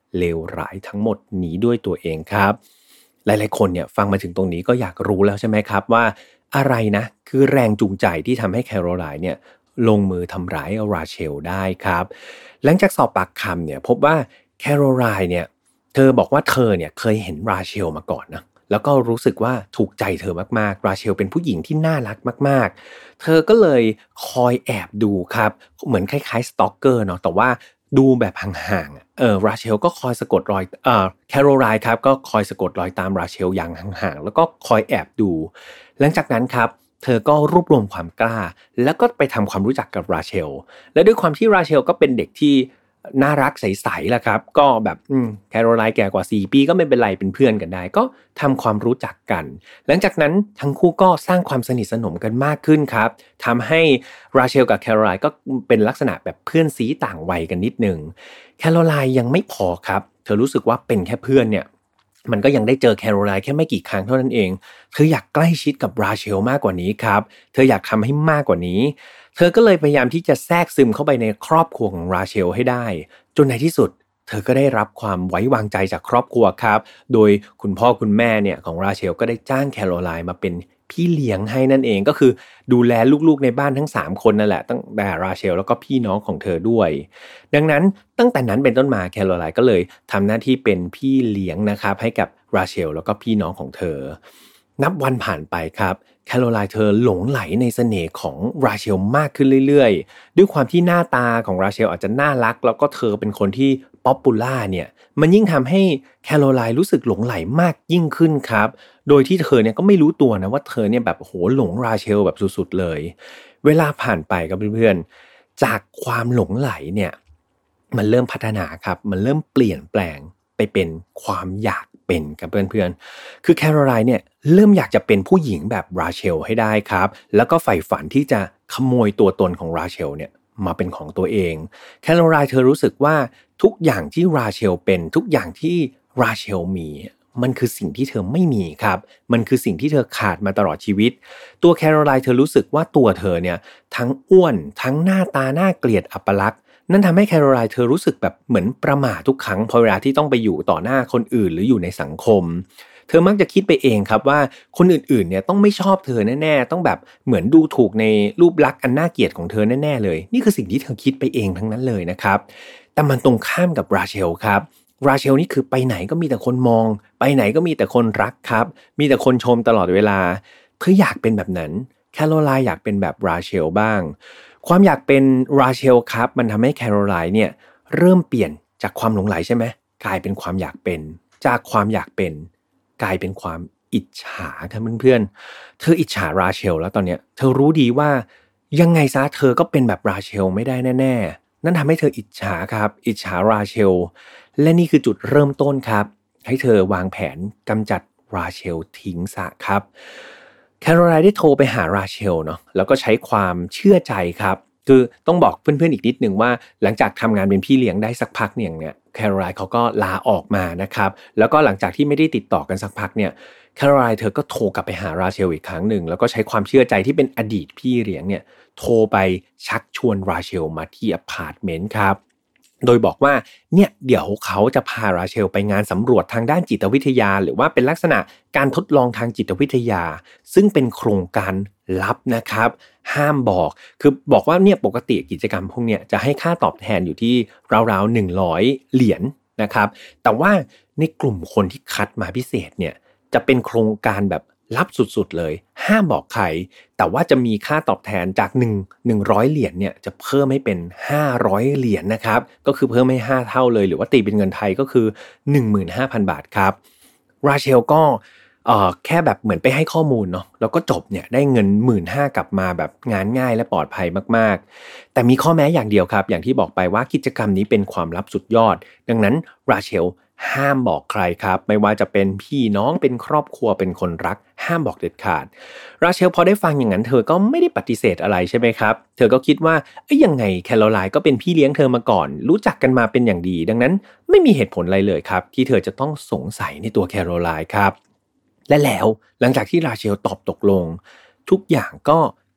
เลวร้ายทั้งหมดนี้ด้วยตัวเองครับหลายๆคนเนี่ยฟังมาถึงตรงนี้ก็อยากรู้แล้วใช่ไหมครับว่าอะไรนะคือแรงจูงใจที่ทำให้แคโรไลน์เนี่ยลงมือทำร้ายราเชลได้ครับหลังจากสอบปากคำเนี่ยพบว่าแคโรไลน์เนี่ยเธอบอกว่าเธอเนี่ยเคยเห็นราเชลมาก่อนนะแล้วก็รู้สึกว่าถูกใจเธอมากๆราเชลเป็นผู้หญิงที่น่ารักมากๆเธอก็เลยคอยแอบดูครับเหมือนคล้ายๆสตอกเกอร์เนาะแต่ว่าดูแบบห่างๆเออราเชลก็คอยสะกดรอยเอ่อแคโรไลน์ครับก็คอยสะกดรอยตามราเชลอย่างห่างๆแล้วก็คอยแอบดูหลังจากนั้นครับเธอก็รวบรวมความกล้าแล้วก็ไปทำความรู้จักกับราเชลและด้วยความที่ราเชลก็เป็นเด็กที่น่ารักใสๆแหละครับก็แบบอืมแคโรไลน์แก่กว่าสี่ปีก็ไม่เป็นไรเป็นเพื่อนกันได้ก็ทำความรู้จักกันหลังจากนั้นทั้งคู่ก็สร้างความสนิทสนมกันมากขึ้นครับทำให้ราเชลกับแคโรไลน์ก็เป็นลักษณะแบบเพื่อนซีต่างวัยกันนิดนึงแคโรไลน์ยังไม่พอครับเธอรู้สึกว่าเป็นแค่เพื่อนเนี่ยมันก็ยังได้เจอแคโรไลน์แค่ไม่กี่ครั้งเท่านั้นเองเธออยากใกล้ชิดกับราเชลมากกว่านี้ครับเธออยากทำให้มากกว่านี้เธอก็เลยพยายามที่จะแทรกซึมเข้าไปในครอบครัวของราเชลให้ได้จนในที่สุดเธอก็ได้รับความไว้วางใจจากครอบครัวครับโดยคุณพ่อคุณแม่เนี่ยของราเชลก็ได้จ้างแคโรไลน์มาเป็นพี่เลี้ยงให้นั่นเองก็คือดูแลลูกๆในบ้านทั้งสามคนนั่นแหละตั้งแต่ราเชลแล้วก็พี่น้องของเธอด้วยดังนั้นตั้งแต่นั้นเป็นต้นมาแคโรไลน์ก็เลยทำหน้าที่เป็นพี่เลี้ยงนะครับให้กับราเชลแล้วก็พี่น้องของเธอนับวันผ่านไปครับแคโรไลน์เธอหลงไหลในเสน่ห์ของราเชลมากขึ้นเรื่อยๆด้วยความที่หน้าตาของราเชลอาจจะน่ารักแล้วก็เธอเป็นคนที่ป๊อปปูล่าเนี่ยมันยิ่งทำให้แคโรไลน์รู้สึกหลงไหลมากยิ่งขึ้นครับโดยที่เธอเนี่ยก็ไม่รู้ตัวนะว่าเธอเนี่ยแบบโหหลงราเชลแบบสุดๆเลยเวลาผ่านไปครับเพื่อนๆจากความหลงไหลเนี่ยมันเริ่มพัฒนาครับมันเริ่มเปลี่ยนแปลงไปเป็นความอยากเป็นกับเพื่อนๆคือแคโรไลน์เนี่ยเริ่มอยากจะเป็นผู้หญิงแบบราเชลให้ได้ครับแล้วก็ใฝ่ฝันที่จะขโมยตัวตนของราเชลเนี่ยมาเป็นของตัวเองแคโรไลน์เธอรู้สึกว่าทุกอย่างที่ราเชลเป็นทุกอย่างที่ราเชลมีมันคือสิ่งที่เธอไม่มีครับมันคือสิ่งที่เธอขาดมาตลอดชีวิตตัวแคโรไลน์เธอรู้สึกว่าตัวเธอเนี่ยทั้งอ้วนทั้งหน้าตาน่าเกลียดอัปลักษณ์นั่นทำให้แคโรไลน์เธอรู้สึกแบบเหมือนประหม่าทุกครั้งพอเวลาที่ต้องไปอยู่ต่อหน้าคนอื่นหรืออยู่ในสังคมเธอมักจะคิดไปเองครับว่าคนอื่นๆเนี่ยต้องไม่ชอบเธอแน่ๆต้องแบบเหมือนดูถูกในรูปลักษณ์อันน่าเกลียดของเธอแน่ๆเลยนี่คือสิ่งที่เธอคิดไปเองทั้งนั้นเลยนะครับแต่มันตรงข้ามกับราเชลครับราเชลนี่คือไปไหนก็มีแต่คนมองไปไหนก็มีแต่คนรักครับมีแต่คนชมตลอดเวลาเธออยากเป็นแบบนั้นแคโรไลน์อยากเป็นแบบราเชลบ้างความอยากเป็นราเชลครับมันทำให้แคโรไลน์เนี่ยเริ่มเปลี่ยนจากความหลงใหลใช่ไหมกลายเป็นความอยากเป็นจากความอยากเป็นกลายเป็นความอิจฉาครับเพื่อนๆเธออิจฉาราเชลแล้วตอนเนี้ยเธอรู้ดีว่ายังไงซะเธอก็เป็นแบบราเชลไม่ได้แน่ๆนั่นทำให้เธออิจฉาครับอิจฉาราเชลและนี่คือจุดเริ่มต้นครับให้เธอวางแผนกำจัดราเชลทิ้งซะครับแคโรไลน์ได้โทรไปหาราเชลเนาะแล้วก็ใช้ความเชื่อใจครับคือต้องบอกเพื่อนๆอีกนิดนึงว่าหลังจากทำงานเป็นพี่เลี้ยงได้สักพักเนี่ยเนี่ยแคโรไลน์เขาก็ลาออกมานะครับแล้วก็หลังจากที่ไม่ได้ติดต่อกันสักพักเนี่ยแคโรไลน์เธอก็โทรกลับไปหาราเชลอีกครั้งหนึ่งแล้วก็ใช้ความเชื่อใจที่เป็นอดีตพี่เลี้ยงเนี่ยโทรไปชักชวนราเชลมาที่อพาร์ตเมนต์ครับโดยบอกว่าเนี่ยเดี๋ยวเขาจะพาราเชลไปงานสำรวจทางด้านจิตวิทยาหรือว่าเป็นลักษณะการทดลองทางจิตวิทยาซึ่งเป็นโครงการลับนะครับห้ามบอกคือบอกว่าเนี่ยปกติกิจกรรมพวกเนี้ยจะให้ค่าตอบแทนอยู่ที่ราวๆหนึ่งร้อยเหรียญนะครับแต่ว่าในกลุ่มคนที่คัดมาพิเศษเนี่ยจะเป็นโครงการแบบลับสุดๆเลยห้ามบอกใครแต่ว่าจะมีค่าตอบแทนจากหนึ่ง หนึ่งร้อยเหรียญเนี่ยจะเพิ่มให้เป็นห้าร้อยเหรียญนะครับก็คือเพิ่มให้ห้าเท่าเลยหรือว่าตีเป็นเงินไทยก็คือ หนึ่งหมื่นห้าพัน บาทครับราเชลก็เอ่อแค่แบบเหมือนไปให้ข้อมูลเนาะแล้วก็จบเนี่ยได้เงิน หนึ่งหมื่นห้าพัน กลับมาแบบงานง่ายและปลอดภัยมากๆแต่มีข้อแม้อย่างเดียวครับอย่างที่บอกไปว่ากิจกรรมนี้เป็นความลับสุดยอดดังนั้นราเชลห้ามบอกใครครับไม่ว่าจะเป็นพี่น้องเป็นครอบครัวเป็นคนรักห้ามบอกเด็ดขาดราเชลพอได้ฟังอย่างนั้นเธอก็ไม่ได้ปฏิเสธอะไรใช่ไหมครับเธอก็คิดว่าเอ้ยยังไงแคโรไลน์ก็เป็นพี่เลี้ยงเธอมาก่อนรู้จักกันมาเป็นอย่างดีดังนั้นไม่มีเหตุผลอะไรเลยครับที่เธอจะต้องสงสัยในตัวแคโรไลน์ครับและแล้วหลังจากที่ราเชลตอบตกลงทุกอย่างก็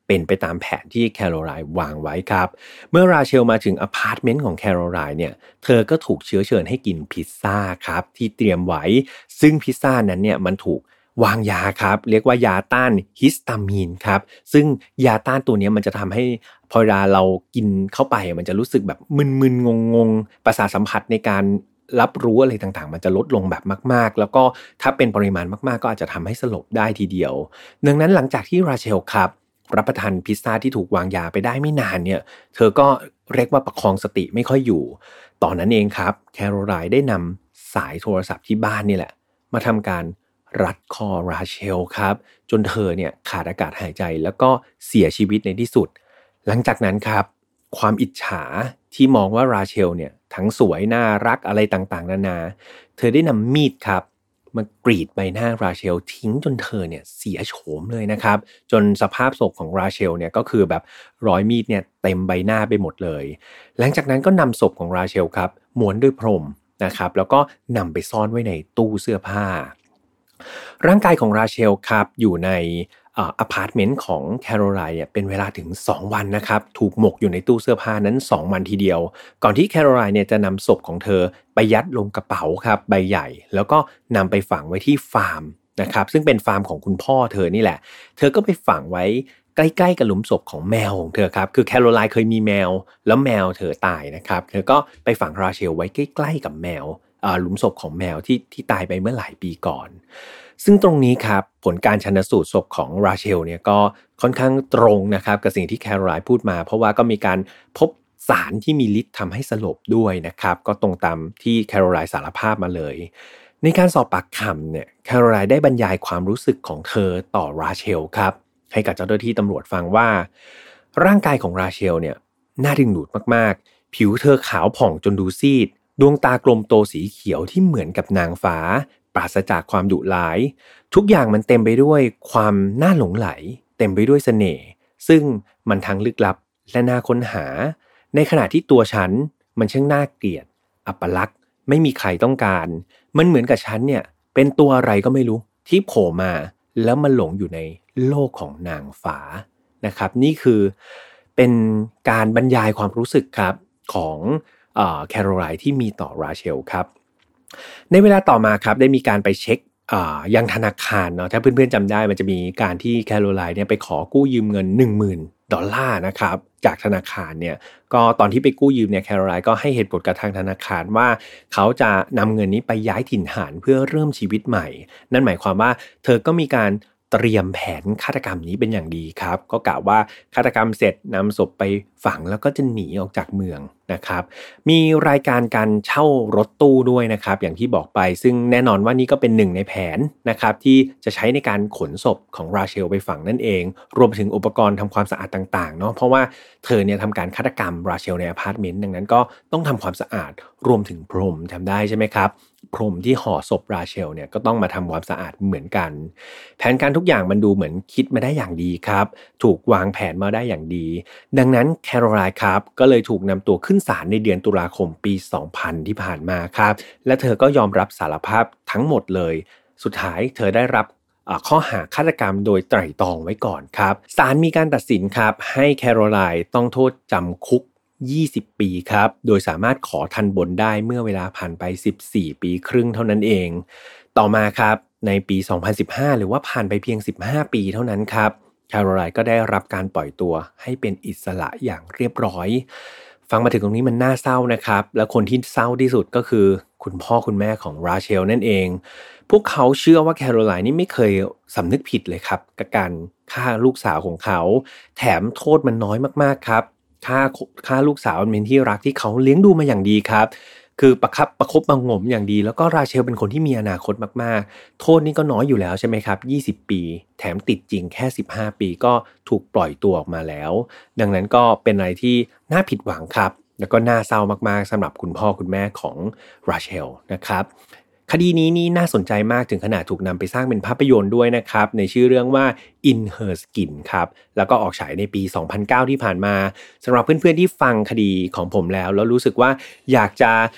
เป็นไปตามแผนที่แคโรไลน์วางไว้ครับเมื่อราเชลมาถึงอพาร์ตเมนต์ของแคโรไลน์เนี่ยเธอก็ถูกเชื้อเชิญให้กินพิซซ่าครับที่เตรียมไว้ซึ่งพิซซ่านั้นเนี่ยมันถูกวางยาครับเรียกว่ายาต้านฮิสตามีนครับซึ่งยาต้านตัวนี้มันจะทำให้พอเวลาเรากินเข้าไปมันจะรู้สึกแบบมึนๆงงๆประสาทสัมผัสในการรับรู้อะไรต่างๆมันจะลดลงแบบมากๆแล้วก็ถ้าเป็นปริมาณมากๆก็อาจจะทำให้สลบได้ทีเดียวดังนั้นหลังจากที่ราเชลครับรับประทานพิซซ่าที่ถูกวางยาไปได้ไม่นานเนี่ยเธอก็เรียกว่าประคองสติไม่ค่อยอยู่ตอนนั้นเองครับแคโรไลน์ได้นำสายโทรศัพท์ที่บ้านนี่แหละมาทำการรัดคอราเชลครับจนเธอเนี่ยขาดอากาศหายใจแล้วก็เสียชีวิตในที่สุดหลังจากนั้นครับความอิจฉาที่มองว่าราเชลเนี่ยทั้งสวยน่ารักอะไรต่างๆนานาเธอได้นำมีดครับมากรีดใบหน้าราเชลทิ้งจนเธอเนี่ยเสียโฉมเลยนะครับจนสภาพศพของราเชลเนี่ยก็คือแบบรอยมีดเนี่ยเต็มใบหน้าไปหมดเลยหลังจากนั้นก็นำศพของราเชลครับม้วนด้วยพรมนะครับแล้วก็นำไปซ่อนไว้ในตู้เสื้อผ้าร่างกายของราเชลครับอยู่ในอพาร์ตเมนต์ของแคโรไลน์เป็นเวลาถึงสองวันนะครับถูกหมกอยู่ในตู้เสื้อผ้านั้นสองวันทีเดียวก่อนที่แคโรไลน์เนี่ยจะนำศพของเธอไปยัดลงกระเป๋าครับใบใหญ่แล้วก็นำไปฝังไว้ที่ฟาร์มนะครับซึ่งเป็นฟาร์มของคุณพ่อเธอนี่แหละเธอก็ไปฝังไว้ใกล้ๆกับหลุมศพของแมวของเธอครับคือแคโรไลน์เคยมีแมวแล้วแมวเธอตายนะครับเธอก็ไปฝังราเชลไว้ใกล้ๆกับแมวหลุมศพของแมวที่ที่ตายไปเมื่อหลายปีก่อนซึ่งตรงนี้ครับผลการชันสูตรศพของราเชลเนี่ยก็ค่อนข้างตรงนะครับกับสิ่งที่แคโรไลน์พูดมาเพราะว่าก็มีการพบสารที่มีฤทธิ์ทำให้สลบด้วยนะครับก็ตรงตามที่แคโรไลน์สารภาพมาเลยในการสอบปากคำเนี่ยแคโรไลน์ได้บรรยายความรู้สึกของเธอต่อราเชลครับให้กับเจ้าหน้าที่ตำรวจฟังว่าร่างกายของราเชลเนี่ยน่าดึงดูดมากๆผิวเธอขาวผ่องจนดูซีดดวงตากลมโตสีเขียวที่เหมือนกับนางฟ้าปราศจากความดุร้ายทุกอย่างมันเต็มไปด้วยความน่าหลงไหลเต็มไปด้วยเสน่ห์ซึ่งมันทั้งลึกลับและน่าค้นหาในขณะที่ตัวฉันมันช่างน่าเกลียดอัปลักษณ์ไม่มีใครต้องการมันเหมือนกับฉันเนี่ยเป็นตัวอะไรก็ไม่รู้ที่โผล่มาแล้วมันหลงอยู่ในโลกของนางฟ้านะครับนี่คือเป็นการบรรยายความรู้สึกครับของเอ่อแคโรไลน์ที่มีต่อราเชลครับในเวลาต่อมาครับได้มีการไปเช็คยังธนาคารเนาะถ้าเพื่อนๆจำได้มันจะมีการที่แคโรไลน์เนี่ยไปขอกู้ยืมเงิน หนึ่งหมื่น ดอลลาร์นะครับจากธนาคารเนี่ยก็ตอนที่ไปกู้ยืมเนี่ยแคโรไลน์ก็ให้เหตุผลกับทางธนาคารว่าเขาจะนำเงินนี้ไปย้ายถิ่นฐานเพื่อเริ่มชีวิตใหม่นั่นหมายความว่าเธอก็มีการเตรียมแผนฆาตกรรมนี้เป็นอย่างดีครับก็กล่าวว่าฆาตกรรมเสร็จนำศพไปฝังแล้วก็จะหนีออกจากเมืองนะครับมีรายการการเช่ารถตู้ด้วยนะครับอย่างที่บอกไปซึ่งแน่นอนว่านี่ก็เป็นหนึ่งในแผนนะครับที่จะใช้ในการขนศพของราเชลไปฝังนั่นเองรวมถึงอุปกรณ์ทำความสะอาดต่างๆเนาะเพราะว่าเธอเนี่ยทำการฆาตกรรมราเชลในอพาร์ตเมนต์ดังนั้นก็ต้องทำความสะอาดรวมถึงพรมทำได้ใช่ไหมครับพรมที่ห่อศพราเชลเนี่ยก็ต้องมาทำความสะอาดเหมือนกันแผนการทุกอย่างมันดูเหมือนคิดมาได้อย่างดีครับถูกวางแผนมาได้อย่างดีดังนั้นแคโรไลน์ครับก็เลยถูกนำตัวขึ้นศาลในเดือนตุลาคมปีสองพันที่ผ่านมาครับและเธอก็ยอมรับสารภาพทั้งหมดเลยสุดท้ายเธอได้รับข้อหาฆาตกรรมโดยไตร่ตรองไว้ก่อนครับศาลมีการตัดสินครับให้แคโรไลน์ต้องโทษจำคุกยี่สิบปีครับโดยสามารถขอทันบนได้เมื่อเวลาผ่านไปสิบสี่ปีครึ่งเท่านั้นเองต่อมาครับในปีสองพันสิบห้าหรือว่าผ่านไปเพียงสิบห้าปีเท่านั้นครับแคโรไลน์ก็ได้รับการปล่อยตัวให้เป็นอิสระอย่างเรียบร้อยฟังมาถึงตรงนี้มันน่าเศร้านะครับและคนที่เศร้าที่สุดก็คือคุณพ่อคุณแม่ของราเชลนั่นเองพวกเขาเชื่อว่าแคโรไลน์นี่ไม่เคยสำนึกผิดเลยครับกับการฆ่าลูกสาวของเขาแถมโทษมันน้อยมากๆครับฆ่าฆ่าลูกสาวเป็นที่รักที่เขาเลี้ยงดูมาอย่างดีครับคือประคับประคบประหงมอย่างดีแล้วก็ราเชลเป็นคนที่มีอนาคตมากๆโทษนี่ก็น้อยอยู่แล้วใช่ไหมครับยี่สิบปีแถมติดจริงแค่สิบห้าปีก็ถูกปล่อยตัวออกมาแล้วดังนั้นก็เป็นอะไรที่น่าผิดหวังครับแล้วก็น่าเศร้ามากๆสำหรับคุณพ่อคุณแม่ของราเชลนะครับคดีนี้นี่น่าสนใจมากถึงขนาดถูกนำไปสร้างเป็นภาพยนตร์ด้วยนะครับในชื่อเรื่องว่า In Her Skin ครับแล้วก็ออกฉายในปีสองพันเก้าที่ผ่านมาสำหรับเพื่อนๆที่ฟังคดีของผมแล้วแล้วรู้สึกว่าอยากจะ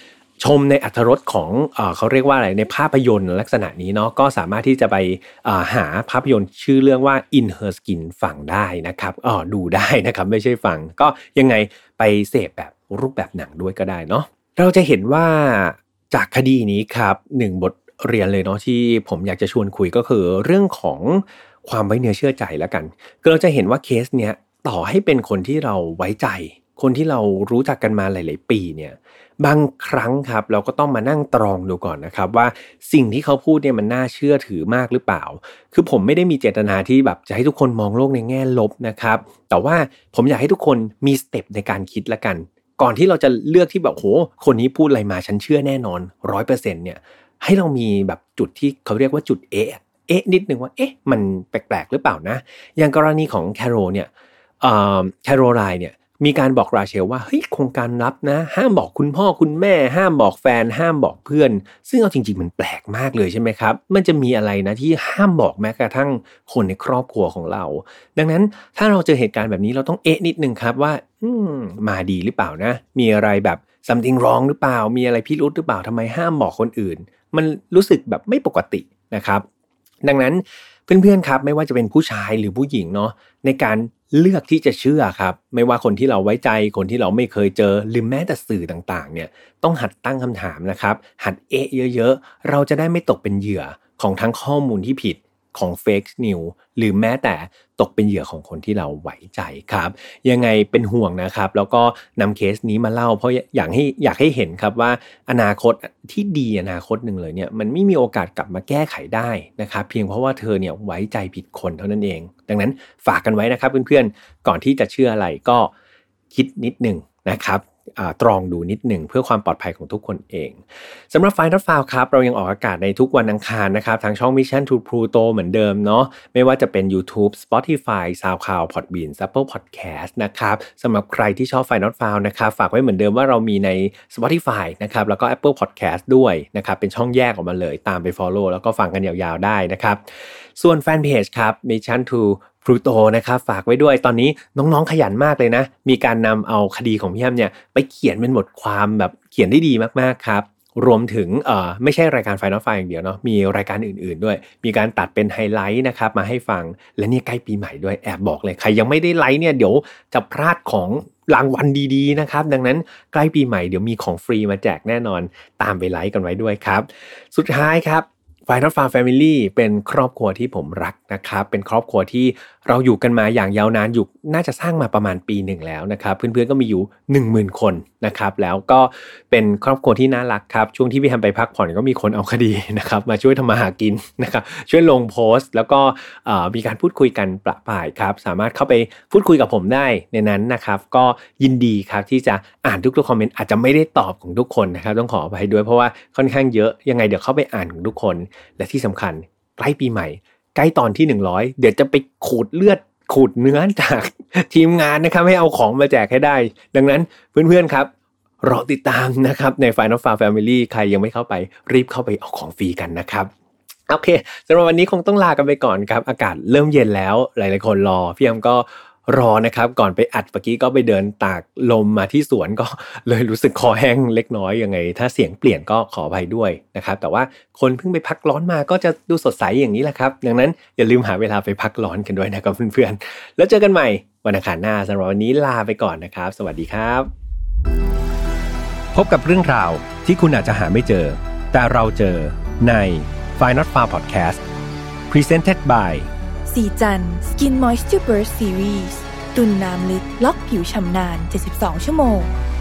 ชมในอรรถรสของเอ่อเขาเรียกว่าอะไรในภาพยนตร์ลักษณะนี้เนาะก็สามารถที่จะไปหาภาพยนตร์ชื่อเรื่องว่า In Her Skin ฟังได้นะครับอ๋อดูได้นะครับไม่ใช่ฟังก็ยังไงไปเสพแบบรูปแบบหนังด้วยก็ได้เนาะเราจะเห็นว่าจากคดีนี้ครับหนึ่งบทเรียนเลยเนาะที่ผมอยากจะชวนคุยก็คือเรื่องของความไว้เนื้อเชื่อใจแล้วกันคือเราจะเห็นว่าเคสเนี้ยต่อให้เป็นคนที่เราไว้ใจคนที่เรารู้จักกันมาหลายๆปีเนี่ยบางครั้งครับเราก็ต้องมานั่งตรองดูก่อนนะครับว่าสิ่งที่เขาพูดเนี่ยมันน่าเชื่อถือมากหรือเปล่าคือผมไม่ได้มีเจตนาที่แบบจะให้ทุกคนมองโลกในแง่ลบนะครับแต่ว่าผมอยากให้ทุกคนมีสเต็ปในการคิดละกันก่อนที่เราจะเลือกที่แบบโหคนนี้พูดอะไรมาฉันเชื่อแน่นอน ร้อยเปอร์เซ็นต์ เนี่ยให้เรามีแบบจุดที่เขาเรียกว่าจุดเอ๊ะเอ๊ะนิดนึงว่าเอ๊ะมันแปลกๆหรือเปล่านะอย่างกรณีของแคโรเนี่ยเอ่อแคโรไลน์เนี่ยมีการบอกราเชลว่าเฮ้ยโครงการลับนะห้ามบอกคุณพ่อคุณแม่ห้ามบอกแฟนห้ามบอกเพื่อนซึ่งเอาจริงๆมันแปลกมากเลยใช่ไหมครับมันจะมีอะไรนะที่ห้ามบอกแม้กระทั่งคนในครอบครัวของเราดังนั้นถ้าเราเจอเหตุการณ์แบบนี้เราต้องเอ๊ะนิดนึงครับว่าอืมมาดีหรือเปล่านะมีอะไรแบบ something wrong หรือเปล่ามีอะไรพิรุธหรือเปล่าทำไมห้ามบอกคนอื่นมันรู้สึกแบบไม่ปกตินะครับดังนั้นเพื่อนๆครับไม่ว่าจะเป็นผู้ชายหรือผู้หญิงเนาะในการเลือกที่จะเชื่อครับไม่ว่าคนที่เราไว้ใจคนที่เราไม่เคยเจอหรือแม้แต่สื่อต่างๆเนี่ยต้องหัดตั้งคำถามนะครับหัดเอะเยอะๆเราจะได้ไม่ตกเป็นเหยื่อของทั้งข้อมูลที่ผิดของ fake news หรือแม้แต่ตกเป็นเหยื่อของคนที่เราไว้ใจครับยังไงเป็นห่วงนะครับแล้วก็นำเคสนี้มาเล่าเพราะอยากให้อยากให้เห็นครับว่าอนาคตที่ดีอนาคตหนึ่งเลยเนี่ยมันไม่มีโอกาสกลับมาแก้ไขได้นะครับเพียงเพราะว่าเธอเนี่ยไว้ใจผิดคนเท่านั้นเองดังนั้นฝากกันไว้นะครับเพื่อนๆก่อนที่จะเชื่ออะไรก็คิดนิดหนึ่งนะครับตรองดูนิดหนึ่งเพื่อความปลอดภัยของทุกคนเองสำหรับ Final File ครับเรายังออกอากาศในทุกวันอังคารนะครับทางช่อง Mission to Pluto เหมือนเดิมเนาะไม่ว่าจะเป็น YouTube Spotify SoundCloud Podbean Apple Podcast นะครับสำหรับใครที่ชอบ Final File นะครับฝากไว้เหมือนเดิมว่าเรามีใน Spotify นะครับแล้วก็ Apple Podcast ด้วยนะครับเป็นช่องแยกออกมาเลยตามไป follow แล้วก็ฟังกันยาวๆได้นะครับส่วนแฟนเพจครับ Mission to Pluto นะครับฝากไว้ด้วยตอนนี้น้องๆขยันมากเลยนะมีการนำเอาคดีของพี่แฮมเนี่ยไปเขียนเป็นบทความแบบเขียนได้ดีมากๆครับรวมถึงเอ่อไม่ใช่รายการ Final File อย่างเดียวเนาะมีรายการอื่นๆด้วยมีการตัดเป็นไฮไลท์นะครับมาให้ฟังและนี่ใกล้ปีใหม่ด้วยแอบบอกเลยใครยังไม่ได้ไลค์เนี่ยเดี๋ยวจะพลาดของรางวัลดีๆนะครับดังนั้นใกล้ปีใหม่เดี๋ยวมีของฟรีมาแจกแน่นอนตามไปไลค์กันไว้ด้วยครับสุดท้ายครับFinal Farm Family เป็นครอบครัวที่ผมรักนะครับเป็นครอบครัวที่เราอยู่กันมาอย่างยาวนานอยู่น่าจะสร้างมาประมาณปีหนึ่งแล้วนะครับเพื่อนๆก็มีอยู่ หนึ่งหมื่น คนนะครับแล้วก็เป็นครอบครัวที่น่ารักครับช่วงที่พี่แฮมไปพักผ่อนก็มีคนเอาคดีนะครับมาช่วยทำมาหากินนะครับช่วยลงโพสต์แล้วก็มีการพูดคุยกันประปรายครับสามารถเข้าไปพูดคุยกับผมได้ในนั้นนะครับก็ยินดีครับที่จะอ่านทุกๆคอมเมนต์อาจจะไม่ได้ตอบของทุกคนนะครับต้องขออภัยด้วยเพราะว่าค่อนข้างเยอะยังไงเดี๋ยวเข้าไปอ่านของทุกคนและที่สำคัญใกล้ปีใหม่ใกล้ตอนที่หนึ่งร้อยเดี๋ยวจะไปขูดเลือดขูดเนื้อจากทีมงานนะครับให้เอาของมาแจกให้ได้ดังนั้นเพื่อนๆครับรอติดตามนะครับใน Final Farm Family ใครยังไม่เข้าไปรีบเข้าไปเอาของฟรีกันนะครับโอเคสำหรับวันนี้คงต้องลากันไปก่อนครับอากาศเริ่มเย็นแล้วหลายๆคนรอพี่แอมก็รอนะครับก่อนไปอัดเมื่อกี้ก็ไปเดินตากลมมาที่สวนก็เลยรู้สึกคอแห้งเล็กน้อยยังไงถ้าเสียงเปลี่ยนก็ขออภัยด้วยนะครับแต่ว่าคนเพิ่งไปพักร้อนมาก็จะดูสดใสอย่างนี้แหละครับดังนั้นอย่าลืมหาเวลาไปพักร้อนกันด้วยนะครับเพื่อนๆแล้วเจอกันใหม่วันอังคารหน้าสำหรับวันนี้ลาไปก่อนนะครับสวัสดีครับพบกับเรื่องราวที่คุณอาจจะหาไม่เจอแต่เราเจอใน Final Farm Podcast Presented by สีจัน Skin Moisture Burst Series ตุ่นน้ำลึกล็อกผิวฉ่ำนานเจ็ดสิบสองชั่วโมง